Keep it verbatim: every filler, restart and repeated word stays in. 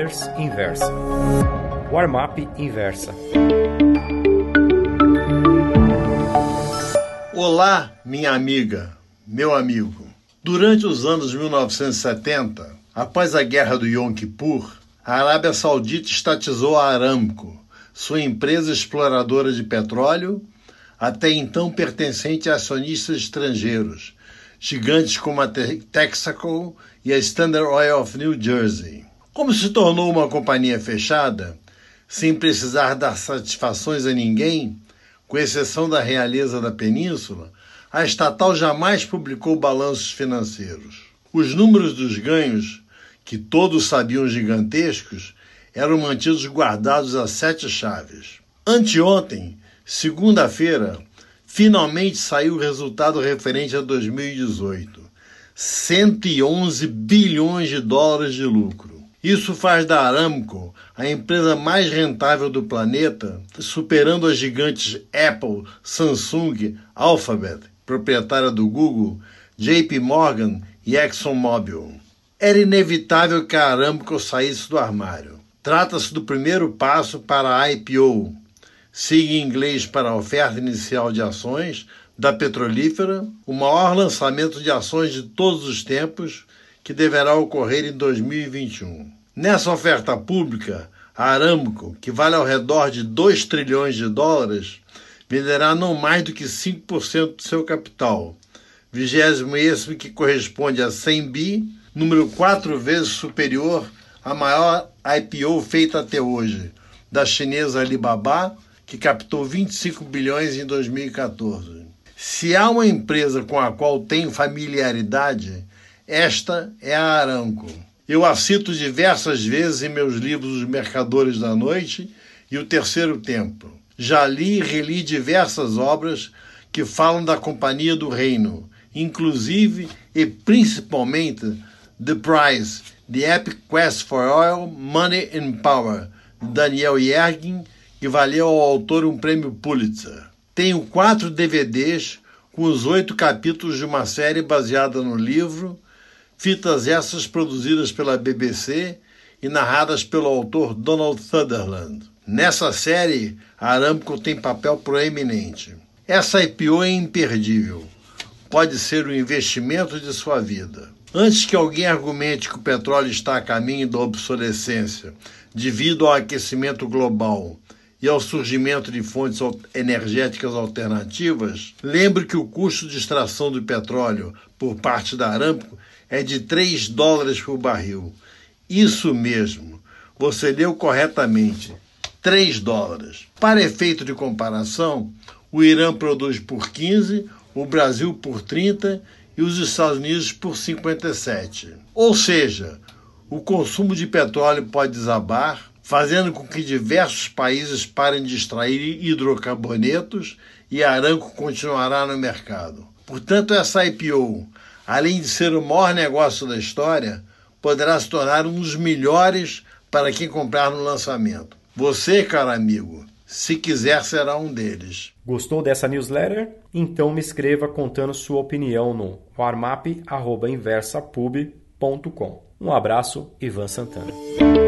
Newsletters Inversa. Warm-up Inversa. Olá, minha amiga, meu amigo. Durante os anos mil novecentos e setenta, após a Guerra do Yom Kippur, a Arábia Saudita estatizou a Aramco, sua empresa exploradora de petróleo, até então pertencente a acionistas estrangeiros, gigantes como a Texaco e a Standard Oil of New Jersey. Como se tornou uma companhia fechada, sem precisar dar satisfações a ninguém, com exceção da realeza da península, a estatal jamais publicou balanços financeiros. Os números dos ganhos, que todos sabiam gigantescos, eram mantidos guardados a sete chaves. Anteontem, segunda-feira, finalmente saiu o resultado referente a dois mil e dezoito. cento e onze bilhões de dólares de lucro. Isso faz da Aramco a empresa mais rentável do planeta, superando as gigantes Apple, Samsung, Alphabet, proprietária do Google, J P Morgan e ExxonMobil. Era inevitável que a Aramco saísse do armário. Trata-se do primeiro passo para a I P O, siga em inglês para a oferta inicial de ações, da petrolífera, o maior lançamento de ações de todos os tempos, que deverá ocorrer em dois mil e vinte e um. Nessa oferta pública, a Aramco, que vale ao redor de dois trilhões de dólares, venderá não mais do que cinco por cento do seu capital, vigésimo esse que corresponde a cem bi, número quatro vezes superior à maior I P O feita até hoje, da chinesa Alibaba, que captou vinte e cinco bilhões em dois mil e quatorze. Se há uma empresa com a qual tenho familiaridade, esta é a Aramco. Eu a cito diversas vezes em meus livros Os Mercadores da Noite e O Terceiro Templo. Já li e reli diversas obras que falam da Companhia do Reino, inclusive e principalmente The Price, The Epic Quest for Oil, Money and Power, de Daniel Yergin, que valeu ao autor um prêmio Pulitzer. Tenho quatro D V Ds com os oito capítulos de uma série baseada no livro, fitas essas produzidas pela B B C e narradas pelo autor Donald Sutherland. Nessa série, a Aramco tem papel proeminente. Essa I P O é imperdível. Pode ser o investimento de sua vida. Antes que alguém argumente que o petróleo está a caminho da obsolescência devido ao aquecimento global e ao surgimento de fontes energéticas alternativas, lembre que o custo de extração do petróleo por parte da Aramco é de três dólares por barril. Isso mesmo, você leu corretamente, três dólares. Para efeito de comparação, o Irã produz por quinze, o Brasil por trinta e os Estados Unidos por cinquenta e sete. Ou seja, o consumo de petróleo pode desabar, fazendo com que diversos países parem de extrair hidrocarbonetos e a Aramco continuará no mercado. Portanto, essa I P O, além de ser o maior negócio da história, poderá se tornar um dos melhores para quem comprar no lançamento. Você, caro amigo, se quiser, será um deles. Gostou dessa newsletter? Então me escreva contando sua opinião no warmup arroba inversapub ponto com. Um abraço, Ivan Santana.